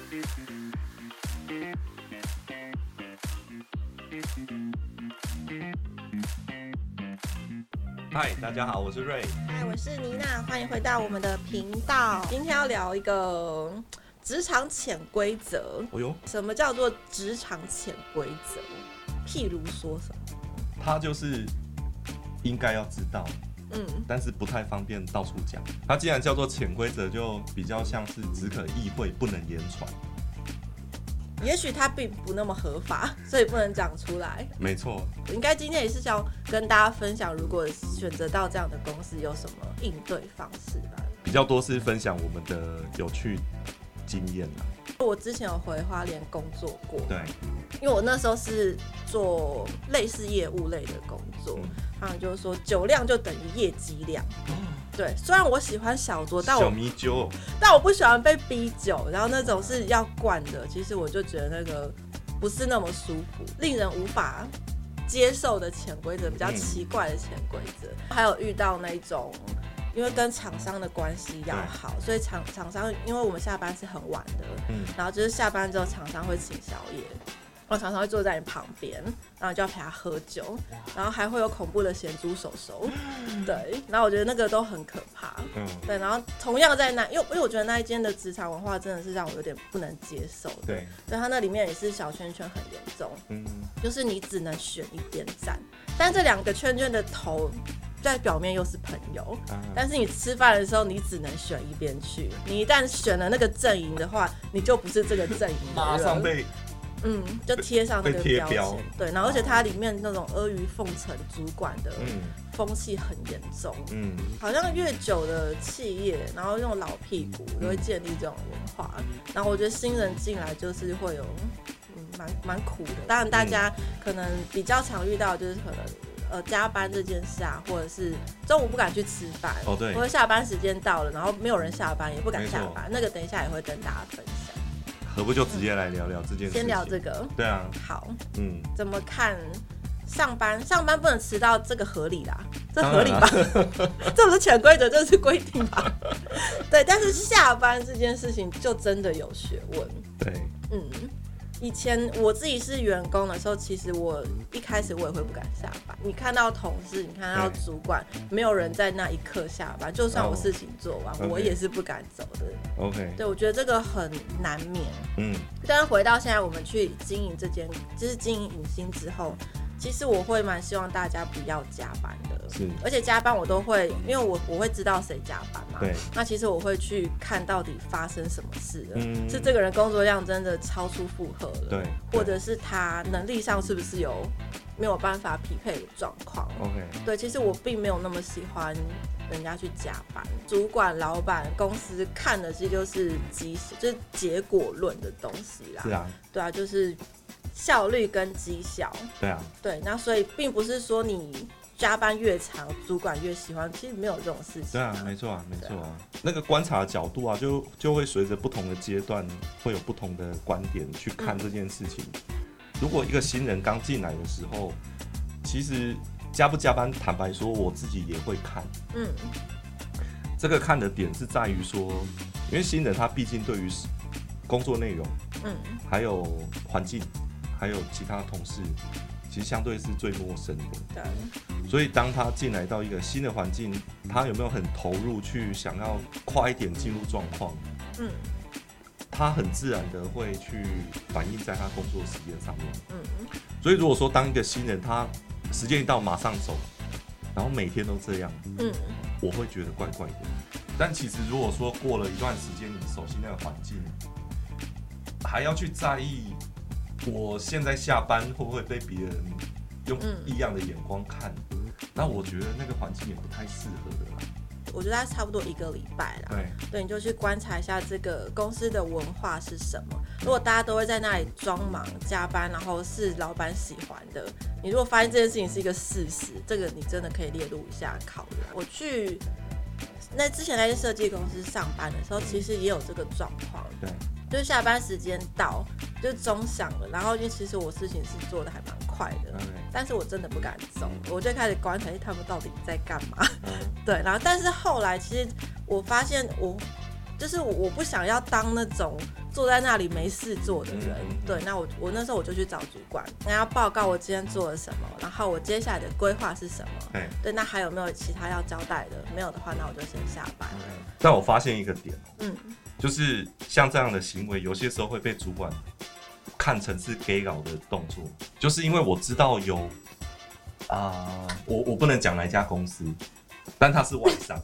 嗨，大家好，我是瑞。 嗨，我是妮娜，欢迎回到我们的频道。今天要聊一个职场潜规则。什么叫做职场潜规则？譬如说什么？ 他就是应该要知道，但是不太方便到处讲。它既然叫做潜规则，就比较像是只可意会，不能言传。 也许它并不那么合法，所以不能讲出来。 没错， 应该今天也是想跟大家分享，如果选择到这样的公司，有什么应对方式吧。 比较多是分享我们的有趣经验啦。 我之前有回花莲工作过， 对， 因为我那时候是做类似业务类的工作，他们就是说酒量就等于业绩量。对，虽然我喜欢小酌，但我不喜欢被逼酒，然后那种是要灌的，其实我就觉得那个不是那么舒服，令人无法接受的潜规则，比较奇怪的潜规则。还有遇到那种，因为跟厂商的关系要好，所以厂商因为我们下班是很晚的，然后就是下班之后厂商会请宵夜。我常常会坐在你旁边，然后就要陪他喝酒，然后还会有恐怖的咸猪手手，对，然后我觉得那个都很可怕，对，然后同样在那，因为我觉得那一间的职场文化真的是让我有点不能接受的，对，他那里面也是小圈圈很严重，就是你只能选一边站，但这两个圈圈的头在表面又是朋友，但是你吃饭的时候你只能选一边去，你一旦选了那个阵营的话，你就不是这个阵营的人， 马上被。 就贴上那个标签，对，然后而且它里面那种阿谀奉承主管的风气很严重，好像越久的企业，然后那种老屁股都会建立这种文化，然后我觉得新人进来就是会有蛮苦的，当然大家可能比较常遇到就是可能加班这件事啊，或者是中午不敢去吃饭， 对， 或者下班时间到了，然后没有人下班也不敢下班，那个等一下也会跟大家分享。 何不就直接来聊聊这件事情？ 先聊这个。 对啊。 好。怎么看上班不能迟到，这个合理啦，这合理吧？这不是潜规则，这是规定吧？对，但是下班这件事情就真的有学问。 对。 以前我自己是员工的时候，其实我一开始我也会不敢下班。你看到同事，你看到主管，没有人在那一刻下班，就算我事情做完，我也是不敢走的。 OK， 对，我觉得这个很难免。但是回到现在，我们去经营就是经营影星之后，其实我会蛮希望大家不要加班的。是，而且加班我都会，因为我会知道谁加班嘛。对。那其实我会去看到底发生什么事了，是这个人工作量真的超出负荷了，对，或者是他能力上是不是没有办法匹配的状况。OK。对，其实我并没有那么喜欢人家去加班，主管、老板、公司看的其实就是结果论的东西啦。是啊。对啊，就是效率跟绩效。对啊。对，那所以并不是说你加班越长，主管越喜欢，其实没有这种事情。对啊，没错啊，没错啊。那个观察的角度啊，就会随着不同的阶段，会有不同的观点去看这件事情。如果一个新人刚进来的时候，其实加不加班，坦白说，我自己也会看。这个看的点是在于说，因为新人他毕竟对于工作内容，还有环境，还有其他同事，其实相对是最陌生的。对。所以当他进来到一个新的环境，他有没有很投入去想要快一点进入状况？他很自然的会去反映在他工作时间上面。所以如果说当一个新人，他时间一到马上走，然后每天都这样，我会觉得怪怪的。但其实如果说过了一段时间，你熟悉那个环境，还要去在意我现在下班会不会被别人用异样的眼光看，那我觉得那个环境也不太适合的啦。 我觉得它差不多1个礼拜啦，对，你就去观察一下这个公司的文化是什么。如果大家都会在那里装忙加班，然后是老板喜欢的，你如果发现这件事情是一个事实，这个你真的可以列入一下考量。我去之前那间设计公司上班的时候，其实也有这个状况。对。就是下班时间到，就钟响了，然后因为其实我事情是做的还蛮快的，但是我真的不敢走，我就开始观察他们到底在干嘛。对，然后但是后来其实我发现我不想要当那种坐在那里没事做的人。对，那我那时候我就去找主管，那要报告我今天做了什么，然后我接下来的规划是什么。对，那还有没有其他要交代的？没有的话，那我就先下班了。 但我发现一个点，就是像这样的行为，有些时候会被主管看成是 gay 搞的动作，就是因为我知道有我不能讲哪一家公司，但它是外商。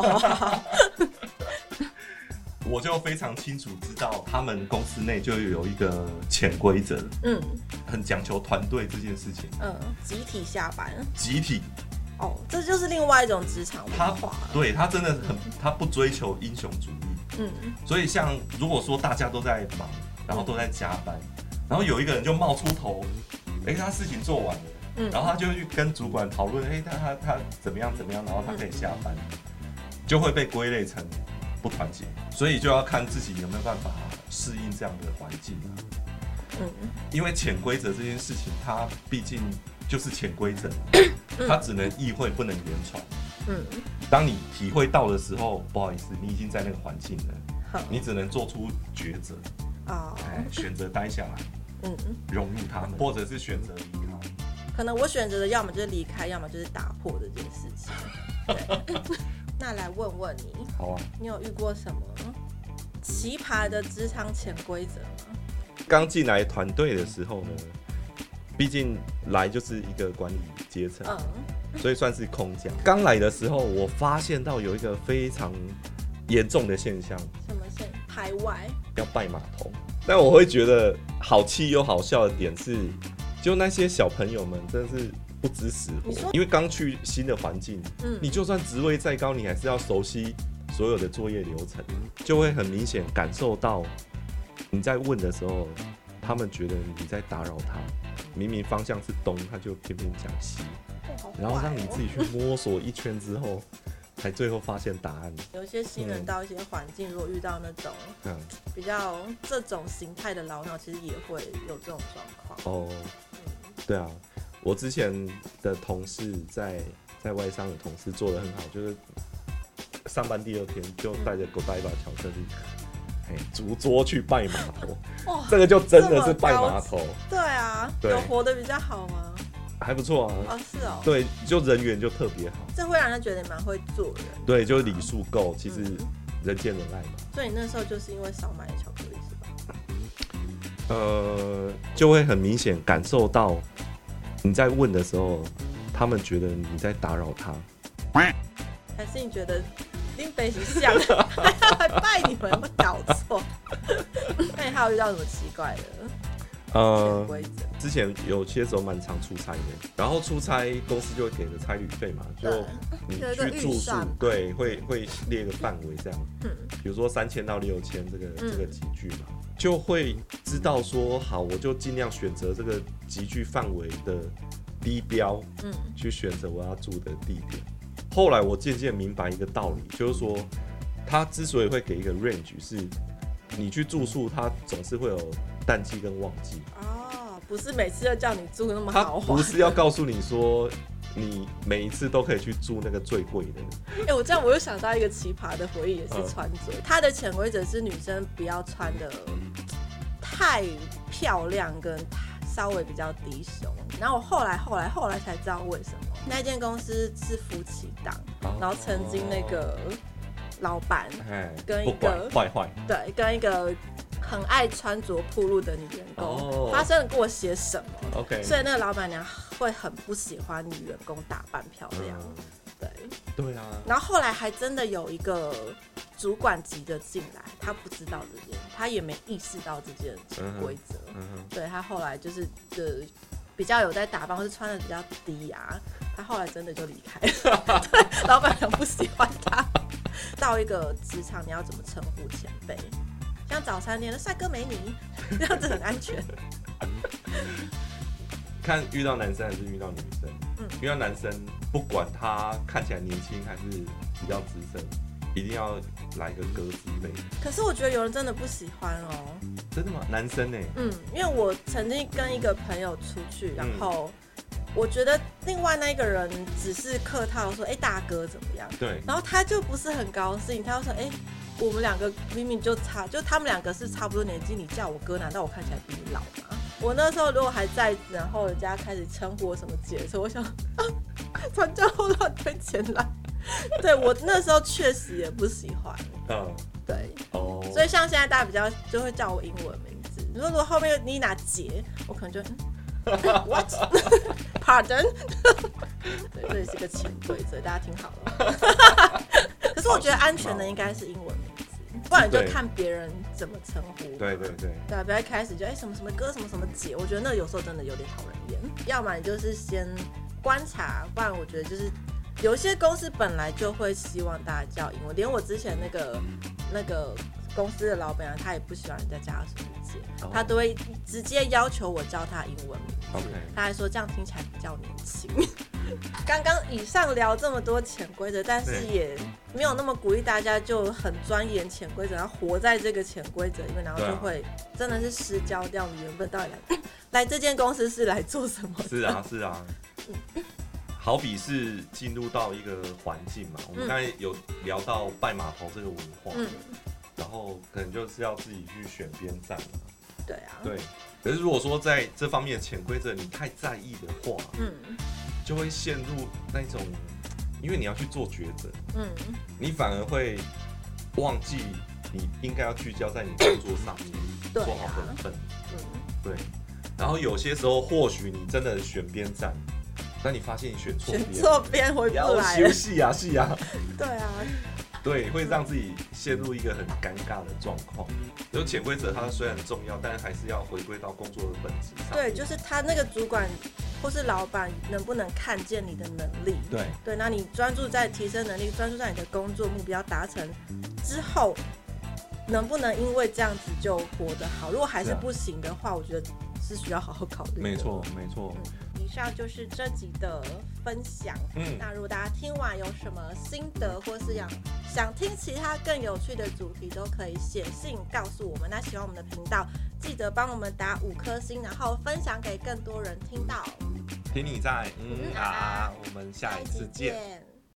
我就非常清楚知道他们公司内就有一个潜规则，很讲求团队这件事情， 集体下班， 集体， 这就是另外一种职场文化。 对，他真的他不追求英雄主义，所以像如果说大家都在忙，然后都在加班，然后有一个人就冒出头，他事情做完了，然后他就去跟主管讨论，他怎么样，然后他可以下班，就会被归类成不团结，所以就要看自己有没有办法适应这样的环境因为潜规则这件事情，它毕竟就是潜规则，它只能意会不能言传。当你体会到的时候，不好意思，你已经在那个环境了，你只能做出抉择，选择待下来，融入他们，或者是选择离开。 可能我选择的要么就是离开，要么就是打破这件事情。对。那来问问你， 好啊， 你有遇过什么奇葩的职场潜规则吗？ 刚进来团队的时候呢，毕竟来就是一个管理阶层，所以算是空降。刚来的时候，我发现到有一个非常严重的现象。 什么现？排外？ 要拜码头。但我会觉得好气又好笑的点是，就那些小朋友们真的是不知死活，因为刚去新的环境，你就算职位再高，你还是要熟悉所有的作业流程，就会很明显感受到你在问的时候，他们觉得你在打扰他，明明方向是东，他就偏偏讲西，然后让你自己去摸索一圈之后，才最后发现答案。 有些新人到一些环境，如果遇到那种比较这种形态的老鸟，其实也会有这种状况。 对啊。我之前的同事在外商的同事做得很好，就是上班第2天就带着狗带一把巧克力，逐桌去拜码头。这个就真的是拜码头。 对啊，有活得比较好吗？ 还不错啊。 是哦。 对，就人缘就特别好。 这会让人觉得你蛮会做人。 对，就是礼数够，其实人见人爱嘛。 所以你那时候就是因为少买巧克力是吧？ 就会很明显感受到。你在问的时候，他们觉得你在打扰他， 还是你觉得林北是像还拜你们，有没有搞错？那你还有遇到什么奇怪的规则？ 之前有些时候蛮常出差的，然后出差公司就会给个差旅费嘛，就你去住宿，对，会列个范围这样，比如说3000到6000这个集聚嘛。就会知道说好，我就尽量选择这个集聚范围的低标，去选择我要住的地点。后来我渐渐明白一个道理，就是说，他之所以会给一个 range， 是你去住宿，他总是会有淡季跟旺季。 不是每次都叫你住那么豪华， 他不是要告诉你说。你每一次都可以去住那个最贵的。 我这样我又想到一个奇葩的回忆，也是穿着。他的潜规则是女生不要穿的太漂亮，跟稍微比较低胸。然后我后来才知道为什么。那间公司是夫妻档，然后曾经那个老板跟一个坏， 对，跟一个很爱穿着暴露的女员工发生了过些什么。所以那个老板娘会很不喜欢女员工打扮漂亮。 对啊。 然后后来还真的有一个主管级的进来，他不知道这件，他也没意识到这件规则。对，他后来就是比较有在打扮，或是穿的比较低啊，他后来真的就离开了。对，老板娘不喜欢他。到一个职场，你要怎么称呼前辈？像早餐店的帅哥美女，这样子很安全。 看遇到男生还是遇到女生，遇到男生不管他看起来年轻还是比较资深，一定要来个哥之类的。 可是我觉得有人真的不喜欢哦。 真的吗？男生呢？ 因为我曾经跟一个朋友出去，然后我觉得另外那个人只是客套说，大哥怎么样？ 对。 然后他就不是很高兴，他就说， 我们两个明明就他们两个是差不多年纪，你叫我哥，难道我看起来比你老吗？我那时候如果还在，然后人家开始称呼我什么姐的时候，我想传教后乱推前来。对，我那时候确实也不喜欢。对。所以像现在大家比较就会叫我英文名字。如果后面妮娜姐，我可能就what pardon 对，这也是个潜规则，大家听好了。可是我觉得安全的应该是英文名字，不然你就看别人怎么称呼。 对， 不要一开始就什么什么哥什么什么姐，我觉得那有时候真的有点讨人厌。要么你就是先观察，不然我觉得就是有一些公司本来就会希望大家叫英文，连我之前那个公司的老板他也不喜欢人家叫他什么姐，他都会直接要求我叫他英文名字。他还说这样听起来比较年轻。刚刚以上聊这么多潜规则，但是也没有那么鼓励大家就很钻研潜规则，然后活在这个潜规则里面，然后就会真的是失焦掉你原本到底来这间公司是来做什么的。 是啊。好比是进入到一个环境嘛，我们刚才有聊到拜码头这个文化，然后可能就是要自己去选边站嘛。 对啊。 对。可是如果说在这方面的潜规则你太在意的话，就会陷入那种，因为你要去做抉择，你反而会忘记你应该要聚焦在你工作上面，做好本分。对。然后有些时候或许你真的选边站。但你发现你选错边回不来了， 休息啊，是啊， 对啊， 对，会让自己陷入一个很尴尬的状况。有潜规则，它虽然很重要，但还是要回归到工作的本质上。 对，就是他那个主管或是老板能不能看见你的能力？对，那你专注在提升能力，专注在你的工作目标达成之后，能不能因为这样子就活得好？如果还是不行的话，我觉得是需要好好考虑的。 没错。 以上就是这集的分享。那如果大家听完有什么心得，或是想听其他更有趣的主题，都可以写信告诉我们。那喜欢我们的频道，记得帮我们打5颗星，然后分享给更多人听到。 听你在我们下一次见。